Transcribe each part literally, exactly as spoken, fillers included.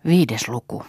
Viides luku.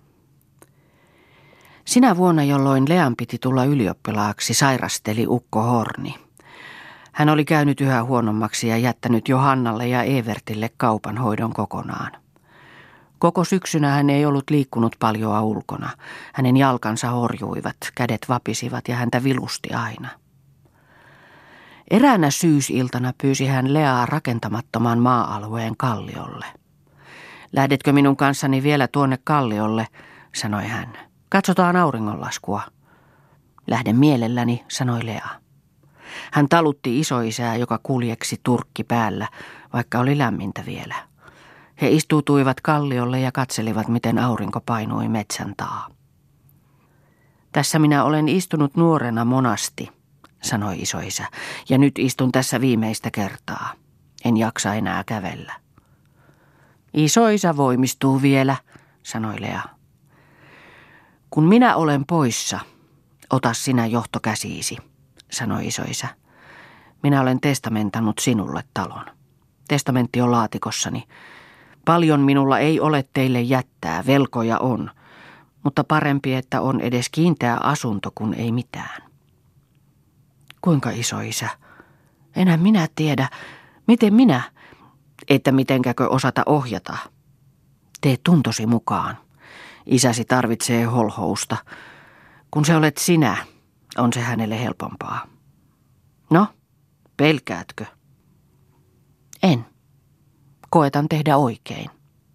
Sinä vuonna, jolloin Lean piti tulla ylioppilaaksi, sairasteli ukko Horni. Hän oli käynyt yhä huonommaksi ja jättänyt Johannalle ja Evertille kaupan hoidon kokonaan. Koko syksynä hän ei ollut liikkunut paljoa ulkona. Hänen jalkansa horjuivat, kädet vapisivat ja häntä vilusti aina. Eräänä syysiltana pyysi hän Leaa rakentamattoman maa-alueen kalliolle. Lähdetkö minun kanssani vielä tuonne kalliolle, sanoi hän. Katsotaan auringonlaskua. Lähden mielelläni, sanoi Lea. Hän talutti isoisää, joka kuljeksi turkki päällä, vaikka oli lämmintä vielä. He istuutuivat kalliolle ja katselivat, miten aurinko painui metsän taa. Tässä minä olen istunut nuorena monasti, sanoi isoisä, ja nyt istun tässä viimeistä kertaa. En jaksa enää kävellä. Isoisä voimistuu vielä, sanoi Lea. Kun minä olen poissa, ota sinä johto käsiisi, sanoi isoisä. Minä olen testamentannut sinulle talon. Testamentti on laatikossani. Paljon minulla ei ole teille jättää, velkoja on, mutta parempi, että on edes kiinteä asunto kuin ei mitään. Kuinka isoisä? Enää minä tiedä. Miten minä? Että mitenkäkö osata ohjata? Tee tuntosi mukaan. Isäsi tarvitsee holhousta. Kun se olet sinä, on se hänelle helpompaa. No, pelkäätkö? En. Koetan tehdä oikein.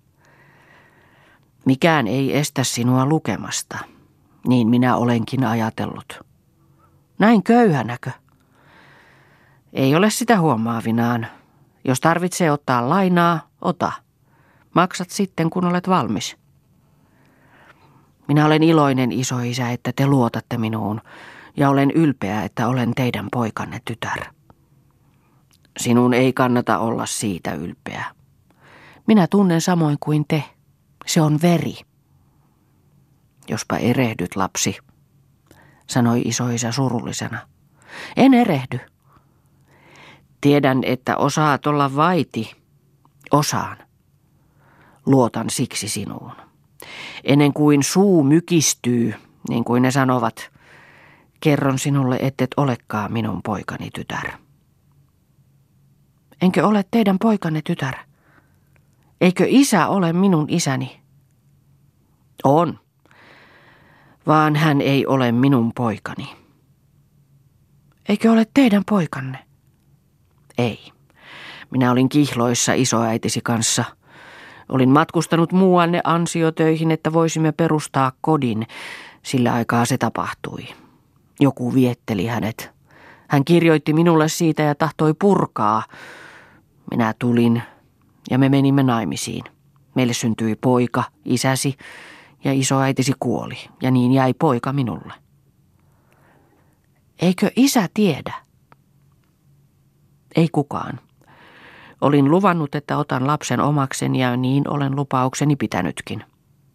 Mikään ei estä sinua lukemasta. Niin minä olenkin ajatellut. Näin köyhänäkö? Ei ole sitä huomaavinaan. Jos tarvitsee ottaa lainaa, ota. Maksat sitten, kun olet valmis. Minä olen iloinen, isoisä, että te luotatte minuun, ja olen ylpeä, että olen teidän poikanne tytär. Sinun ei kannata olla siitä ylpeä. Minä tunnen samoin kuin te. Se on veri. Jospa erehdyt, lapsi, sanoi isoisä surullisena. En erehdy. Tiedän, että osaat olla vaiti. Osaan. Luotan siksi sinuun. Ennen kuin suu mykistyy, niin kuin ne sanovat, kerron sinulle, ettet olekaan minun poikani tytär. Enkö ole teidän poikanne tytär? Eikö isä ole minun isäni? On, vaan hän ei ole minun poikani. Eikö ole teidän poikanne? Ei. Minä olin kihloissa isoäitisi kanssa. Olin matkustanut muuanne ansiotöihin, että voisimme perustaa kodin. Sillä aikaa se tapahtui. Joku vietteli hänet. Hän kirjoitti minulle siitä ja tahtoi purkaa. Minä tulin ja me menimme naimisiin. Meille syntyi poika, isäsi, ja isoäitisi kuoli, ja niin jäi poika minulle. Eikö isä tiedä? Ei kukaan. Olin luvannut, että otan lapsen omakseni, ja niin olen lupaukseni pitänytkin.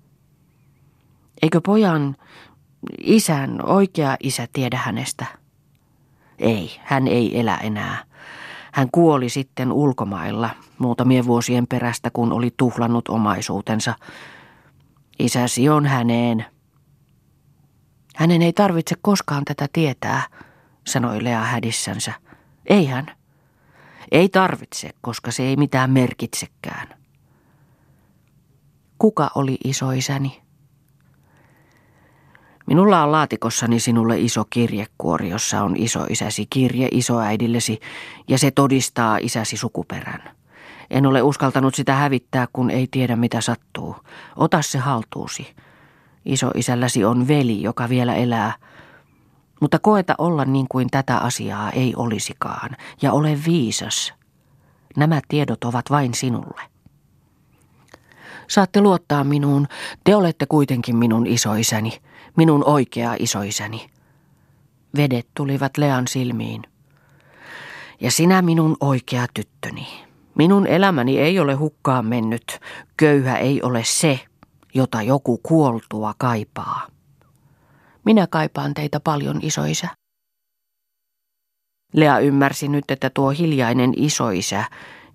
Eikö pojan, isän, oikea isä tiedä hänestä? Ei, hän ei elä enää. Hän kuoli sitten ulkomailla muutamien vuosien perästä, kun oli tuhlannut omaisuutensa. Isäsi on häneen. Hänen ei tarvitse koskaan tätä tietää, sanoi Lea hädissänsä. Ei hän. Ei tarvitse, koska se ei mitään merkitsekään. Kuka oli isoisäni? Minulla on laatikossani sinulle iso kirjekuori, jossa on isoisäsi kirje isoäidillesi, ja se todistaa isäsi sukuperän. En ole uskaltanut sitä hävittää, kun ei tiedä mitä sattuu. Ota se haltuusi. Isoisälläsi on veli, joka vielä elää. Mutta koeta olla niin kuin tätä asiaa ei olisikaan, ja ole viisas. Nämä tiedot ovat vain sinulle. Saatte luottaa minuun. Te olette kuitenkin minun isoisäni, minun oikea isoisäni. Vedet tulivat Lean silmiin. Ja sinä minun oikea tyttöni. Minun elämäni ei ole hukkaan mennyt. Köyhä ei ole se, jota joku kuoltua kaipaa. Minä kaipaan teitä paljon, isoisä. Lea ymmärsi nyt, että tuo hiljainen isoisä,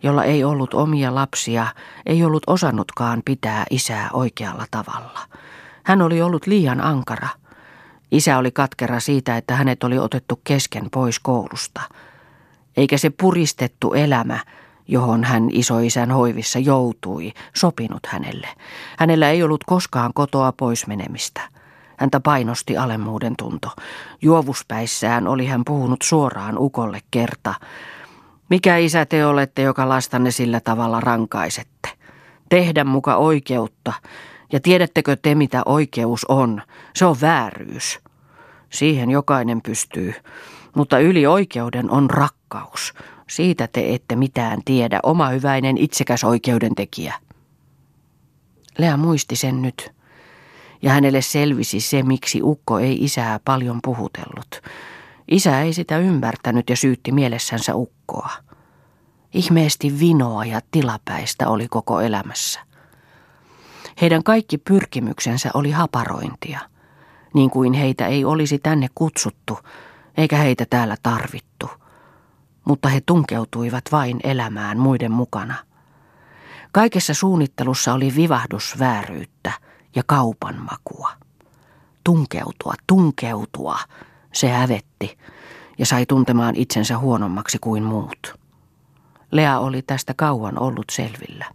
jolla ei ollut omia lapsia, ei ollut osannutkaan pitää isää oikealla tavalla. Hän oli ollut liian ankara. Isä oli katkera siitä, että hänet oli otettu kesken pois koulusta. Eikä se puristettu elämä, johon hän isoisän hoivissa joutui, sopinut hänelle. Hänellä ei ollut koskaan kotoa pois menemistä. Häntä painosti alemmuuden tunto. Juovuspäissään oli hän puhunut suoraan ukolle kerta. Mikä isä te olette, joka lastanne sillä tavalla rankaisette? Tehdä muka oikeutta. Ja tiedättekö te, mitä oikeus on? Se on vääryys. Siihen jokainen pystyy. Mutta yli oikeuden on rakkaus. Siitä te ette mitään tiedä, oma hyväinen itsekäs oikeudentekijä. Lea muisti sen nyt. Ja hänelle selvisi se, miksi ukko ei isää paljon puhutellut. Isä ei sitä ymmärtänyt ja syytti mielessänsä ukkoa. Ihmeesti vinoa ja tilapäistä oli koko elämässä. Heidän kaikki pyrkimyksensä oli haparointia, niin kuin heitä ei olisi tänne kutsuttu, eikä heitä täällä tarvittu. Mutta he tunkeutuivat vain elämään muiden mukana. Kaikessa suunnittelussa oli vivahdusvääryyttä ja kaupanmakua. Tunkeutua, tunkeutua, se hävetti ja sai tuntemaan itsensä huonommaksi kuin muut. Lea oli tästä kauan ollut selvillä.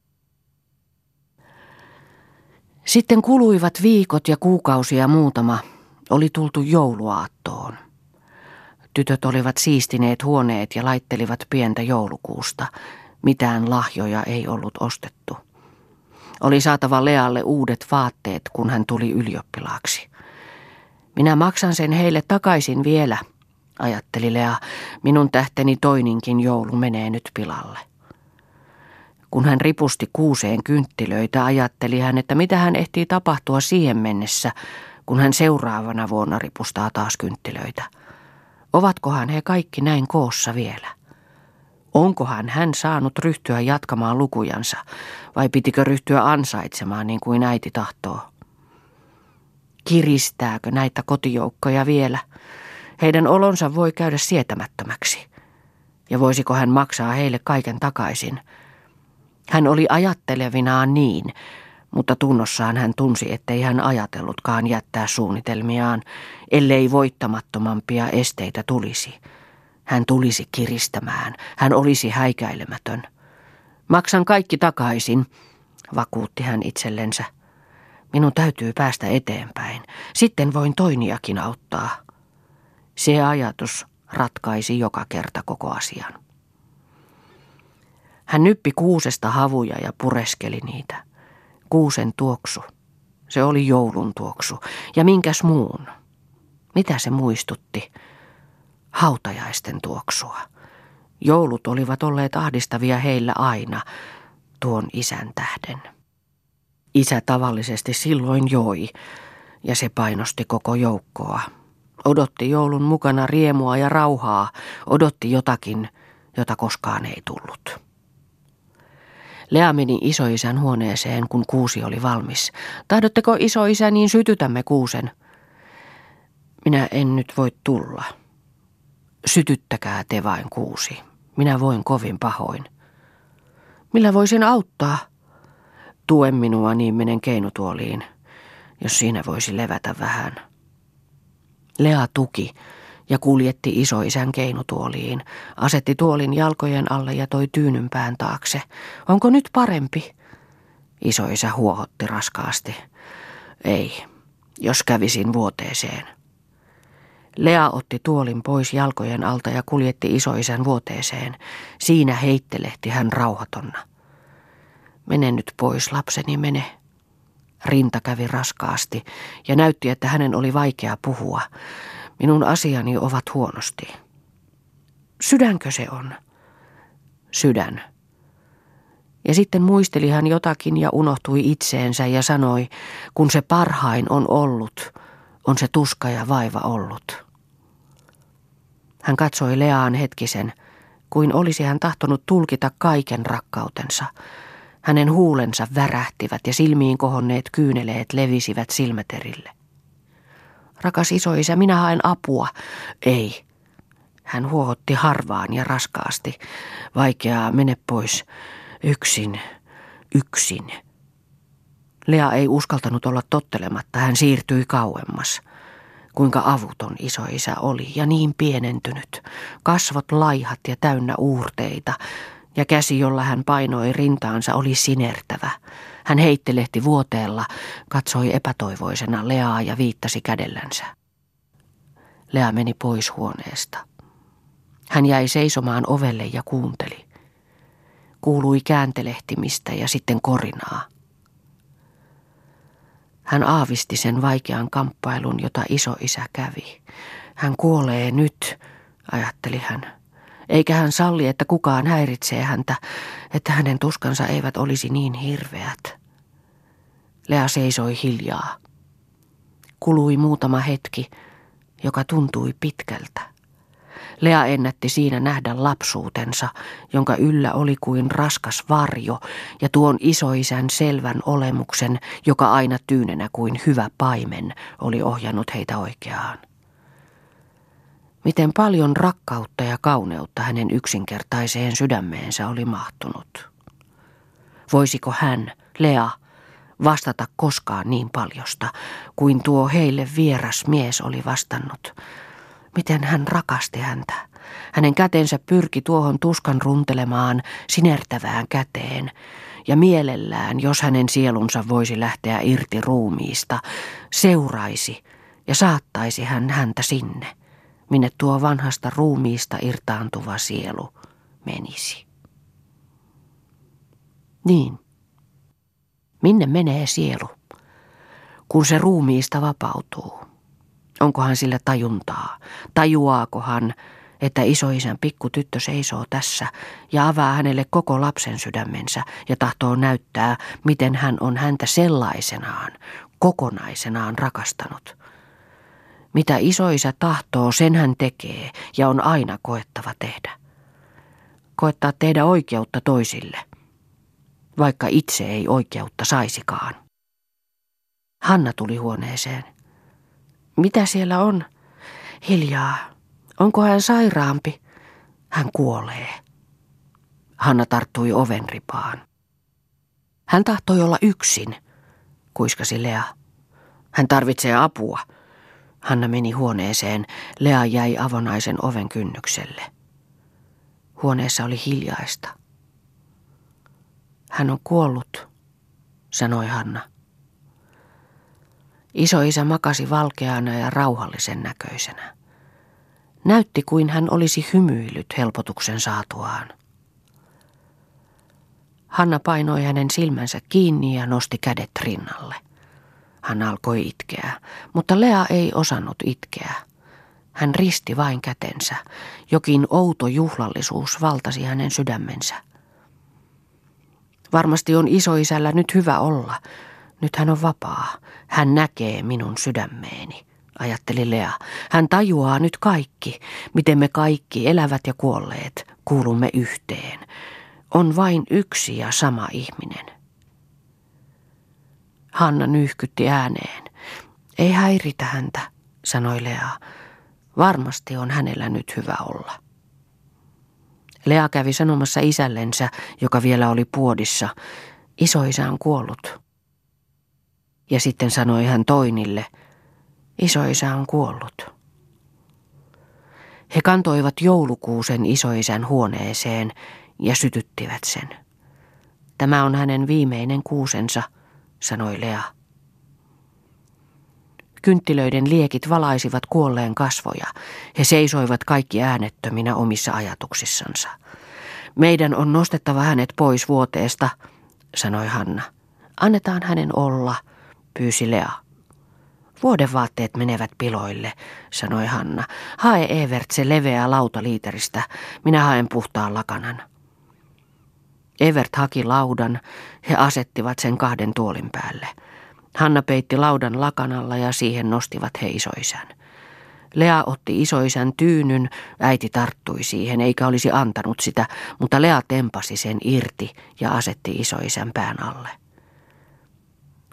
Sitten kuluivat viikot ja kuukausia muutama, oli tultu jouluaattoon. Tytöt olivat siistineet huoneet ja laittelivat pientä joulukuusta. Mitään lahjoja ei ollut ostettu. Oli saatava Lealle uudet vaatteet, kun hän tuli ylioppilaaksi. Minä maksan sen heille takaisin vielä, ajatteli Lea. Minun tähteni toininkin joulu menee nyt pilalle. Kun hän ripusti kuuseen kynttilöitä, ajatteli hän, että mitä hän ehtii tapahtua siihen mennessä, kun hän seuraavana vuonna ripustaa taas kynttilöitä. Ovatkohan he kaikki näin koossa vielä? Onkohan hän saanut ryhtyä jatkamaan lukujansa, vai pitikö ryhtyä ansaitsemaan niin kuin äiti tahtoo? Kiristääkö näitä kotijoukkoja vielä? Heidän olonsa voi käydä sietämättömäksi. Ja voisiko hän maksaa heille kaiken takaisin? Hän oli ajattelevinaan niin, mutta tunnossaan hän tunsi, ettei hän ajatellutkaan jättää suunnitelmiaan, ellei voittamattomampia esteitä tulisi. Hän tulisi kiristämään, hän olisi häikäilemätön. Maksan kaikki takaisin, vakuutti hän itsellensä. Minun täytyy päästä eteenpäin, sitten voin toiniakin auttaa. Se ajatus ratkaisi joka kerta koko asian. Hän nyppi kuusesta havuja ja pureskeli niitä. Kuusen tuoksu. Se oli joulun tuoksu. Ja minkäs muun? Mitä se muistutti? Hautajaisten tuoksua. Joulut olivat olleet ahdistavia heillä aina, tuon isän tähden. Isä tavallisesti silloin joi, ja se painosti koko joukkoa. Odotti joulun mukana riemua ja rauhaa, odotti jotakin, jota koskaan ei tullut. Lea meni isoisän huoneeseen, kun kuusi oli valmis. Tahdotteko isoisä, niin sytytämme kuusen? Minä en nyt voi tulla. Sytyttäkää te vain kuusi. Minä voin kovin pahoin. Millä voisin auttaa? Tue minua, niin menen keinutuoliin, jos siinä voisi levätä vähän. Lea tuki ja kuljetti isoisän keinutuoliin, asetti tuolin jalkojen alle ja toi tyynyn pään taakse. Onko nyt parempi? Isoisä huohotti raskaasti. Ei, jos kävisin vuoteeseen. Lea otti tuolin pois jalkojen alta ja kuljetti isoisän vuoteeseen. Siinä heittelehti hän rauhatonna. Mene nyt pois, lapseni, mene. Rinta kävi raskaasti ja näytti, että hänen oli vaikea puhua. Minun asiani ovat huonosti. Sydänkö se on? Sydän. Ja sitten muisteli hän jotakin ja unohtui itseensä ja sanoi, kun se parhain on ollut, on se tuska ja vaiva ollut. Hän katsoi Leaan hetkisen, kuin olisi hän tahtonut tulkita kaiken rakkautensa. Hänen huulensa värähtivät ja silmiin kohonneet kyyneleet levisivät silmäterille. Rakas isoisä, minä haen apua. Ei. Hän huohotti harvaan ja raskaasti. Vaikeaa, mene pois. Yksin, yksin. Lea ei uskaltanut olla tottelematta, hän siirtyi kauemmas. Kuinka avuton isoisä oli ja niin pienentynyt. Kasvot laihat ja täynnä uurteita. Ja käsi, jolla hän painoi rintaansa, oli sinertävä. Hän heittelehti vuoteella, katsoi epätoivoisena Leaa ja viittasi kädellänsä. Lea meni pois huoneesta. Hän jäi seisomaan ovelle ja kuunteli. Kuului kääntelehtimistä ja sitten korinaa. Hän aavisti sen vaikean kamppailun, jota isoisä kävi. Hän kuolee nyt, ajatteli hän. Eikä hän salli, että kukaan häiritsee häntä, että hänen tuskansa eivät olisi niin hirveät. Lea seisoi hiljaa. Kului muutama hetki, joka tuntui pitkältä. Lea ennätti siinä nähdä lapsuutensa, jonka yllä oli kuin raskas varjo, ja tuon isoisän selvän olemuksen, joka aina tyynenä kuin hyvä paimen oli ohjannut heitä oikeaan. Miten paljon rakkautta ja kauneutta hänen yksinkertaiseen sydämeensä oli mahtunut. Voisiko hän, Lea, vastata koskaan niin paljosta, kuin tuo heille vieras mies oli vastannut? Miten hän rakasti häntä. Hänen kätensä pyrki tuohon tuskan runtelemaan sinertävään käteen, ja mielellään, jos hänen sielunsa voisi lähteä irti ruumiista, seuraisi ja saattaisi hän häntä sinne, minne tuo vanhasta ruumiista irtaantuva sielu menisi. Niin, minne menee sielu, kun se ruumiista vapautuu? Onkohan sillä tajuntaa? Tajuaakohan, että isoisän pikkutyttö seisoo tässä ja avaa hänelle koko lapsen sydämensä ja tahtoo näyttää, miten hän on häntä sellaisenaan, kokonaisenaan rakastanut? Mitä isoisä tahtoo, sen hän tekee ja on aina koettava tehdä. Koettaa tehdä oikeutta toisille, vaikka itse ei oikeutta saisikaan. Hanna tuli huoneeseen. Mitä siellä on? Hiljaa. Onko hän sairaampi? Hän kuolee. Hanna tarttui ovenripaan. Hän tahtoi olla yksin, kuiskasi Lea. Hän tarvitsee apua. Hanna meni huoneeseen. Lea jäi avonaisen oven kynnykselle. Huoneessa oli hiljaista. Hän on kuollut, sanoi Hanna. Isoisä makasi valkeana ja rauhallisen näköisenä. Näytti kuin hän olisi hymyillyt helpotuksen saatuaan. Hanna painoi hänen silmänsä kiinni ja nosti kädet rinnalle. Hän alkoi itkeä, mutta Lea ei osannut itkeä. Hän risti vain kätensä. Jokin outo juhlallisuus valtasi hänen sydämensä. Varmasti on isoisällä nyt hyvä olla. Nyt hän on vapaa. Hän näkee minun sydämeeni, ajatteli Lea. Hän tajuaa nyt kaikki, miten me kaikki, elävät ja kuolleet, kuulumme yhteen. On vain yksi ja sama ihminen. Hanna nyyhkytti ääneen. Ei häiritä häntä, sanoi Lea. Varmasti on hänellä nyt hyvä olla. Lea kävi sanomassa isällensä, joka vielä oli puodissa. Isoisä on kuollut. Ja sitten sanoi hän Toinille, isoisä on kuollut. He kantoivat joulukuusen isoisän huoneeseen ja sytyttivät sen. Tämä on hänen viimeinen kuusensa, sanoi Lea. Kynttilöiden liekit valaisivat kuolleen kasvoja. He seisoivat kaikki äänettöminä omissa ajatuksissansa. Meidän on nostettava hänet pois vuoteesta, sanoi Hanna. Annetaan hänen olla, pyysi Lea. Vuodevaatteet menevät piloille, sanoi Hanna. Hae Evert se leveä lauta liiteristä. Minä haen puhtaan lakanan. Evert haki laudan. He asettivat sen kahden tuolin päälle. Hanna peitti laudan lakanalla ja siihen nostivat he isoisän. Lea otti isoisän tyynyn, äiti tarttui siihen eikä olisi antanut sitä, mutta Lea tempasi sen irti ja asetti isoisän pään alle.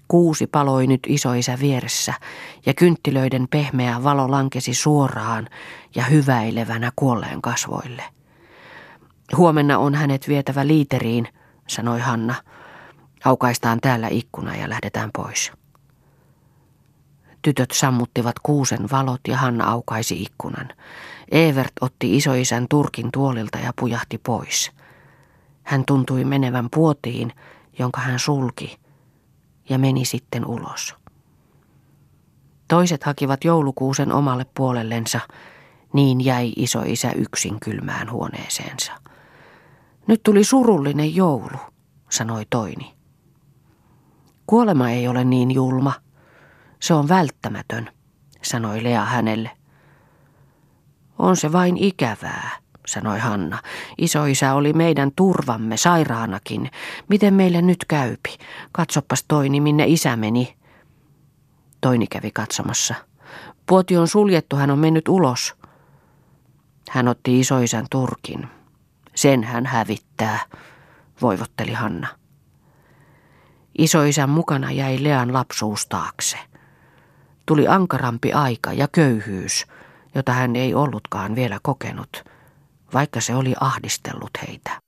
Kuusi paloi nyt isoisä vieressä ja kynttilöiden pehmeä valo lankesi suoraan ja hyväilevänä kuolleen kasvoille. Huomenna on hänet vietävä liiteriin, sanoi Hanna. Aukaistaan täällä ikkuna ja lähdetään pois. Tytöt sammuttivat kuusen valot ja Hanna aukaisi ikkunan. Evert otti isoisän turkin tuolilta ja pujahti pois. Hän tuntui menevän puotiin, jonka hän sulki, ja meni sitten ulos. Toiset hakivat joulukuusen omalle puolellensa, niin jäi isoisä yksin kylmään huoneeseensa. Nyt tuli surullinen joulu, sanoi Toini. Kuolema ei ole niin julma. Se on välttämätön, sanoi Lea hänelle. On se vain ikävää, sanoi Hanna. Isoisä oli meidän turvamme sairaanakin. Miten meille nyt käypi? Katsopas Toini, minne isä meni. Toini kävi katsomassa. Puoti on suljettu, hän on mennyt ulos. Hän otti isoisän turkin. Sen hän hävittää, voivotteli Hanna. Isoisän mukana jäi Lean lapsuus taakse. Tuli ankarampi aika ja köyhyys, jota hän ei ollutkaan vielä kokenut, vaikka se oli ahdistellut heitä.